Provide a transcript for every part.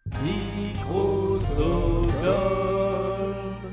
Microsoft.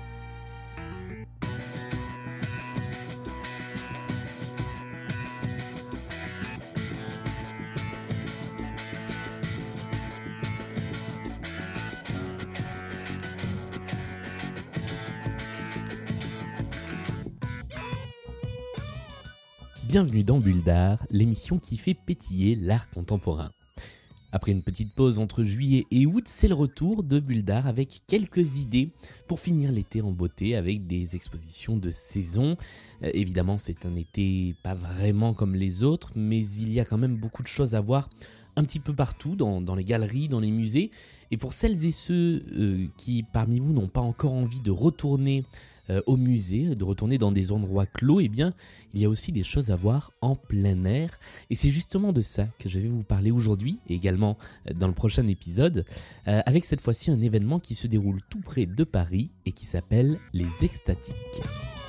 Bienvenue dans Bulle d'Art, l'émission qui fait pétiller l'art contemporain. Après une petite pause entre juillet et août, c'est le retour de Bulle d'Art avec quelques idées pour finir l'été en beauté avec des expositions de saison. Évidemment, c'est un été pas vraiment comme les autres, mais il y a quand même beaucoup de choses à voir un petit peu partout, dans les galeries, dans les musées. Et pour celles et ceux qui, parmi vous, n'ont pas encore envie de retourner au musée, de retourner dans des endroits clos, eh bien, il y a aussi des choses à voir en plein air. Et c'est justement de ça que je vais vous parler aujourd'hui, et également dans le prochain épisode, avec cette fois-ci un événement qui se déroule tout près de Paris et qui s'appelle les Extatiques.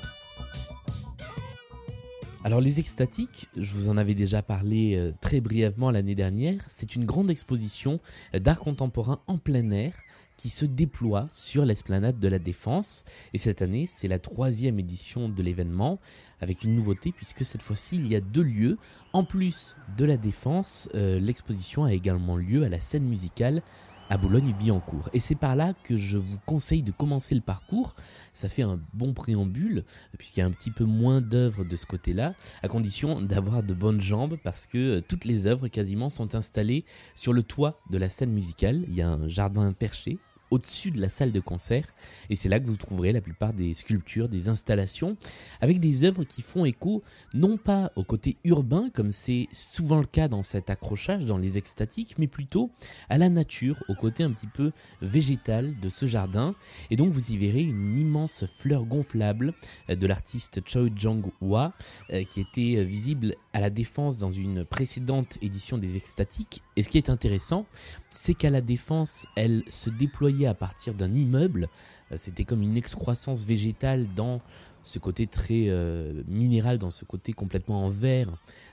Alors les Extatiques, je vous en avais déjà parlé très brièvement l'année dernière, c'est une grande exposition d'art contemporain en plein air qui se déploie sur l'esplanade de la Défense. Et cette année, c'est la 3e édition de l'événement, avec une nouveauté puisque cette fois-ci, il y a 2 lieux. En plus de la Défense, l'exposition a également lieu à la Scène Musicale à Boulogne-Billancourt. Et c'est par là que je vous conseille de commencer le parcours. Ça fait un bon préambule, puisqu'il y a un petit peu moins d'œuvres de ce côté-là, à condition d'avoir de bonnes jambes, parce que toutes les œuvres quasiment sont installées sur le toit de la scène musicale. Il y a un jardin perché au-dessus de la salle de concert, et c'est là que vous trouverez la plupart des sculptures, des installations, avec des œuvres qui font écho, non pas au côté urbain, comme c'est souvent le cas dans cet accrochage, dans les Extatiques, mais plutôt à la nature, au côté un petit peu végétal de ce jardin, et donc vous y verrez une immense fleur gonflable de l'artiste Choi Jong-hwa, qui était visible à la Défense dans une précédente édition des Extatiques. Et ce qui est intéressant, c'est qu'à la Défense, elle se déployait à partir d'un immeuble. C'était comme une excroissance végétale dans ce côté très minéral, dans ce côté complètement en verre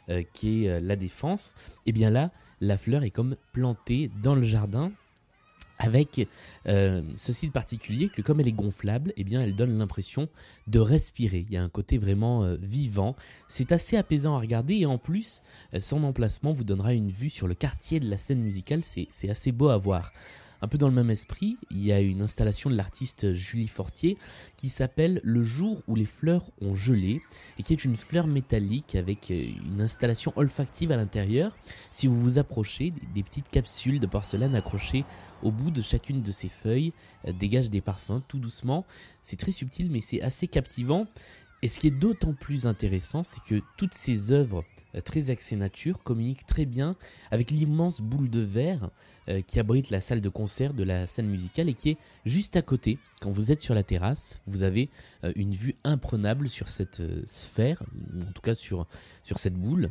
qui est la Défense. Et bien là, la fleur est comme plantée dans le jardin, avec ceci de particulier que comme elle est gonflable, eh bien elle donne l'impression de respirer. Il y a un côté vraiment vivant. C'est assez apaisant à regarder et en plus, son emplacement vous donnera une vue sur le quartier de la scène musicale. C'est assez beau à voir. Un peu dans le même esprit, il y a une installation de l'artiste Julie Fortier qui s'appelle Le jour où les fleurs ont gelé et qui est une fleur métallique avec une installation olfactive à l'intérieur. Si vous vous approchez, des petites capsules de porcelaine accrochées au bout de chacune de ces feuilles dégagent des parfums tout doucement. C'est très subtil mais c'est assez captivant. Et ce qui est d'autant plus intéressant, c'est que toutes ces œuvres très axées nature communiquent très bien avec l'immense boule de verre qui abrite la salle de concert de la scène musicale et qui est juste à côté. Quand vous êtes sur la terrasse, vous avez une vue imprenable sur cette sphère, ou en tout cas sur cette boule.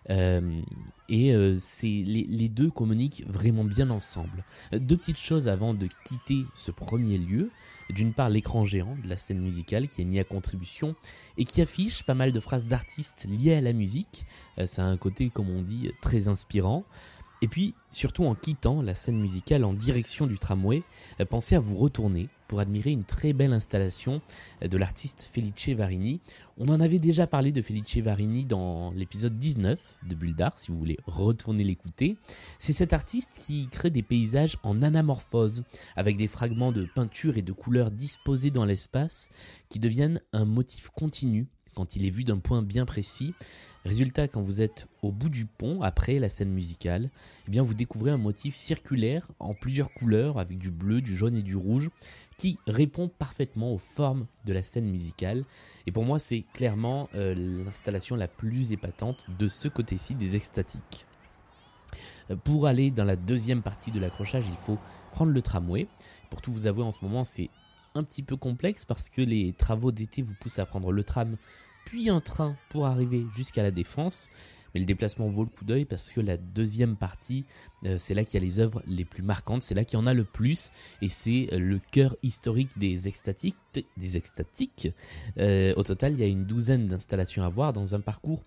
Les deux communiquent vraiment bien ensemble. 2 petites choses avant de quitter ce premier lieu. D'une part, l'écran géant de la scène musicale qui est mis à contribution et qui affiche pas mal de phrases d'artistes liées à la musique. Ça a un côté, comme on dit, très inspirant. Et puis, surtout en quittant la scène musicale en direction du tramway, pensez à vous retourner pour admirer une très belle installation de l'artiste Felice Varini. On en avait déjà parlé de Felice Varini dans l'épisode 19 de Bulle d'Art, si vous voulez retourner l'écouter. C'est cet artiste qui crée des paysages en anamorphose, avec des fragments de peinture et de couleurs disposés dans l'espace qui deviennent un motif continu quand il est vu d'un point bien précis. Résultat, quand vous êtes au bout du pont, après la scène musicale, eh bien vous découvrez un motif circulaire en plusieurs couleurs, avec du bleu, du jaune et du rouge, qui répond parfaitement aux formes de la scène musicale. Et pour moi, c'est clairement l'installation la plus épatante de ce côté-ci des Extatiques. Pour aller dans la deuxième partie de l'accrochage, il faut prendre le tramway. Pour tout vous avouer, en ce moment, c'est un petit peu complexe parce que les travaux d'été vous poussent à prendre le tram puis un train pour arriver jusqu'à la Défense. Mais le déplacement vaut le coup d'œil parce que la deuxième partie, c'est là qu'il y a les œuvres les plus marquantes, c'est là qu'il y en a le plus, et c'est le cœur historique des Extatiques. Au total, il y a une douzaine d'installations à voir dans un parcours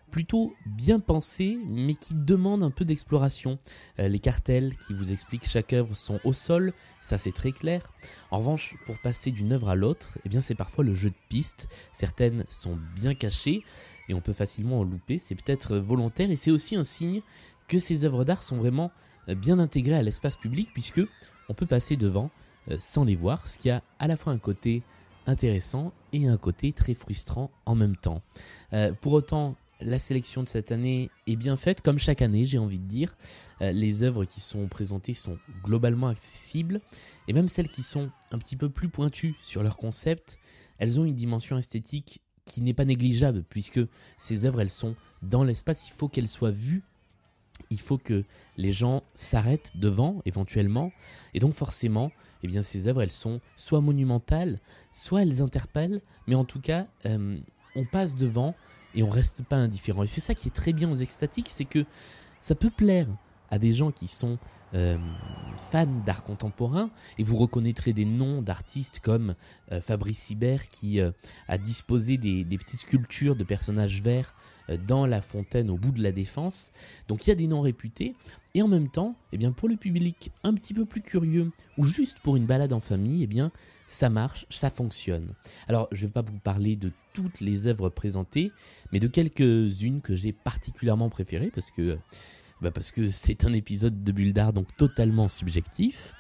plutôt bien pensées, mais qui demandent un peu d'exploration. Les cartels qui vous expliquent chaque œuvre sont au sol, ça c'est très clair. En revanche, pour passer d'une œuvre à l'autre, eh bien c'est parfois le jeu de pistes. Certaines sont bien cachées et on peut facilement en louper, c'est peut-être volontaire et c'est aussi un signe que ces œuvres d'art sont vraiment bien intégrées à l'espace public, puisque on peut passer devant sans les voir, ce qui a à la fois un côté intéressant et un côté très frustrant en même temps. Pour autant, la sélection de cette année est bien faite, comme chaque année j'ai envie de dire. Les œuvres qui sont présentées sont globalement accessibles, et même celles qui sont un petit peu plus pointues sur leur concept, elles ont une dimension esthétique qui n'est pas négligeable, puisque ces œuvres elles sont dans l'espace, il faut qu'elles soient vues. Il faut que les gens s'arrêtent devant, éventuellement, et donc forcément, eh bien, ces œuvres, elles sont soit monumentales, soit elles interpellent, mais en tout cas, on passe devant et on reste pas indifférent. Et c'est ça qui est très bien aux extatiques, c'est que ça peut plaire à des gens qui sont fans d'art contemporain, et vous reconnaîtrez des noms d'artistes comme Fabrice Hibert qui a disposé des petites sculptures de personnages verts dans la fontaine au bout de la Défense. Donc il y a des noms réputés, et en même temps, eh bien, pour le public un petit peu plus curieux, ou juste pour une balade en famille, eh bien, ça marche, ça fonctionne. Alors je ne vais pas vous parler de toutes les œuvres présentées, mais de quelques-unes que j'ai particulièrement préférées, parce que c'est un épisode de Bulle d'art, donc totalement subjectif,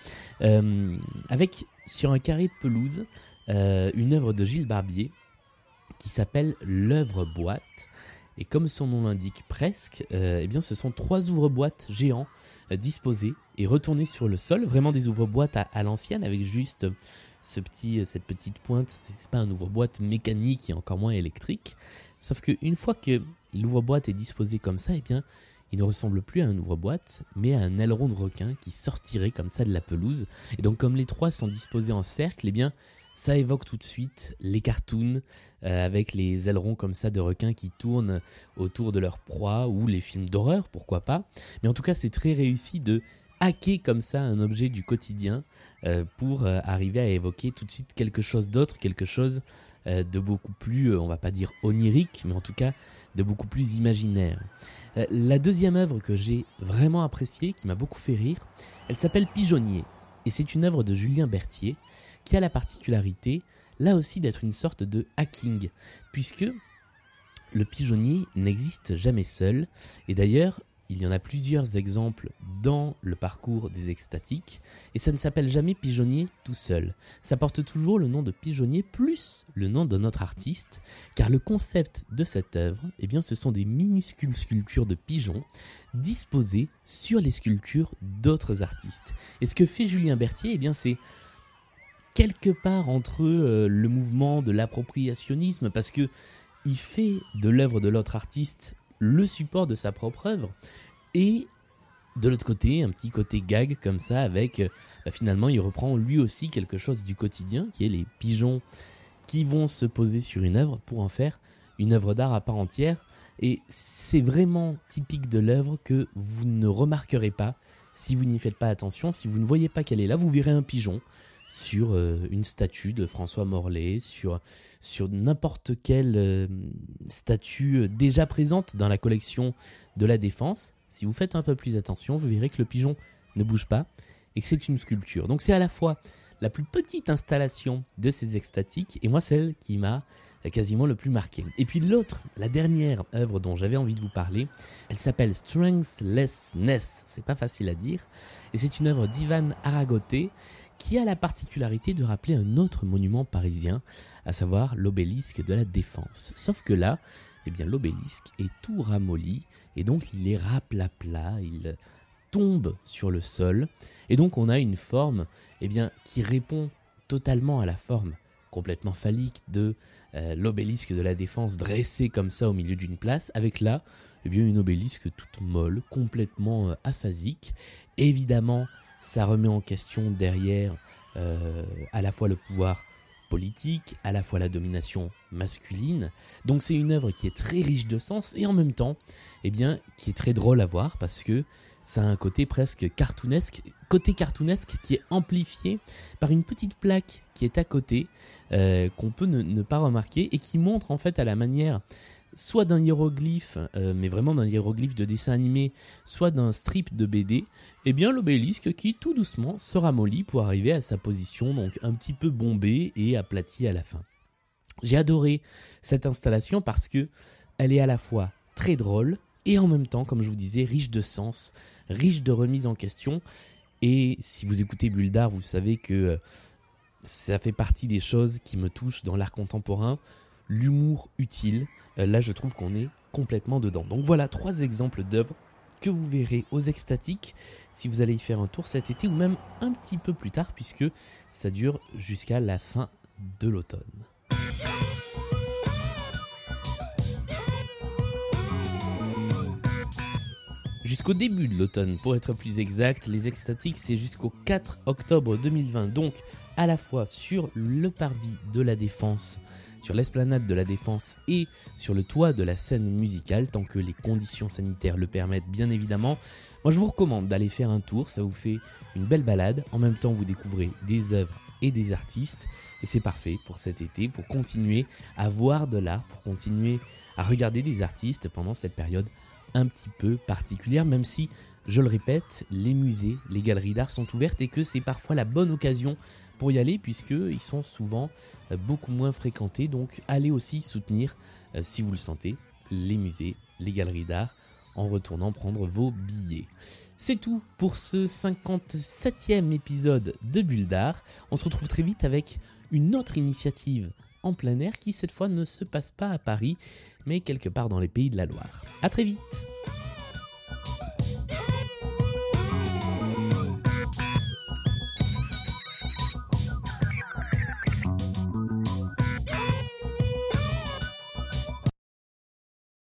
avec sur un carré de pelouse une œuvre de Gilles Barbier qui s'appelle l'œuvre boîte. Et comme son nom l'indique presque, eh bien ce sont 3 ouvre-boîtes géants disposés et retournés sur le sol, vraiment des ouvre-boîtes à l'ancienne, avec juste cette petite pointe. C'est pas un ouvre-boîte mécanique et encore moins électrique, sauf qu'une fois que l'ouvre-boîte est disposé comme ça, eh bien il ne ressemble plus à un ouvre-boîte, mais à un aileron de requin qui sortirait comme ça de la pelouse. Et donc comme les 3 sont disposés en cercle, eh bien ça évoque tout de suite les cartoons avec les ailerons comme ça de requins qui tournent autour de leur proie, ou les films d'horreur, pourquoi pas. Mais en tout cas, c'est très réussi de hacker comme ça un objet du quotidien pour arriver à évoquer tout de suite quelque chose d'autre, quelque chose de beaucoup plus, on va pas dire onirique, mais en tout cas de beaucoup plus imaginaire. La deuxième œuvre que j'ai vraiment appréciée, qui m'a beaucoup fait rire, elle s'appelle Pigeonnier. Et c'est une œuvre de Julien Berthier qui a la particularité, là aussi, d'être une sorte de hacking, puisque le pigeonnier n'existe jamais seul. Et d'ailleurs, il y en a plusieurs exemples dans le parcours des extatiques, et ça ne s'appelle jamais pigeonnier tout seul. Ça porte toujours le nom de pigeonnier plus le nom d'un autre artiste, car le concept de cette œuvre, eh bien, ce sont des minuscules sculptures de pigeons disposées sur les sculptures d'autres artistes. Et ce que fait Julien Berthier, eh bien, c'est quelque part entre le mouvement de l'appropriationnisme, parce que il fait de l'œuvre de l'autre artiste le support de sa propre œuvre, et de l'autre côté, un petit côté gag comme ça, avec finalement il reprend lui aussi quelque chose du quotidien, qui est les pigeons qui vont se poser sur une œuvre pour en faire une œuvre d'art à part entière. Et c'est vraiment typique de l'œuvre que vous ne remarquerez pas si vous n'y faites pas attention. Si vous ne voyez pas qu'elle est là, vous verrez un pigeon sur une statue de François Morlaix, sur n'importe quelle statue déjà présente dans la collection de la Défense. Si vous faites un peu plus attention, vous verrez que le pigeon ne bouge pas et que c'est une sculpture. Donc c'est à la fois la plus petite installation de ces extatiques, et moi celle qui m'a quasiment le plus marqué. Et puis l'autre, la dernière œuvre dont j'avais envie de vous parler, elle s'appelle Strengthlessness, c'est pas facile à dire, et c'est une œuvre d'Ivan Aragoté, qui a la particularité de rappeler un autre monument parisien, à savoir l'obélisque de la Défense. Sauf que là, eh bien, l'obélisque est tout ramolli, et donc il est raplapla, il tombe sur le sol, et donc on a une forme eh bien, qui répond totalement à la forme complètement phallique de l'obélisque de la Défense dressé comme ça au milieu d'une place, avec là eh bien, une obélisque toute molle, complètement aphasique. Évidemment, ça remet en question derrière à la fois le pouvoir politique, à la fois la domination masculine. Donc c'est une œuvre qui est très riche de sens et en même temps, eh bien, qui est très drôle à voir parce que ça a un côté presque cartoonesque, qui est amplifié par une petite plaque qui est à côté, qu'on peut ne pas remarquer et qui montre en fait à la manière soit d'un hiéroglyphe, mais vraiment d'un hiéroglyphe de dessin animé, soit d'un strip de BD, eh bien l'obélisque qui tout doucement se ramollit pour arriver à sa position donc un petit peu bombée et aplatie à la fin. J'ai adoré cette installation parce que elle est à la fois très drôle et en même temps, comme je vous disais, riche de sens, riche de remise en question. Et si vous écoutez Bulldar, vous savez que ça fait partie des choses qui me touchent dans l'art contemporain. L'humour utile, là je trouve qu'on est complètement dedans. Donc voilà 3 exemples d'œuvres que vous verrez aux Extatiques si vous allez y faire un tour cet été ou même un petit peu plus tard puisque ça dure jusqu'à la fin de l'automne. Jusqu'au début de l'automne, pour être plus exact, les Extatiques c'est jusqu'au 4 octobre 2020, donc à la fois sur le parvis de la Défense, sur l'esplanade de la Défense et sur le toit de la scène musicale, tant que les conditions sanitaires le permettent bien évidemment. Moi je vous recommande d'aller faire un tour, ça vous fait une belle balade, en même temps vous découvrez des œuvres et des artistes, et c'est parfait pour cet été, pour continuer à voir de l'art, pour continuer à regarder des artistes pendant cette période un petit peu particulière, même si, je le répète, les musées, les galeries d'art sont ouvertes et que c'est parfois la bonne occasion pour y aller puisqu'ils sont souvent beaucoup moins fréquentés. Donc allez aussi soutenir, si vous le sentez, les musées, les galeries d'art en retournant prendre vos billets. C'est tout pour ce 57e épisode de Bulldar. On se retrouve très vite avec une autre initiative en plein air qui cette fois ne se passe pas à Paris mais quelque part dans les pays de la Loire. À très vite.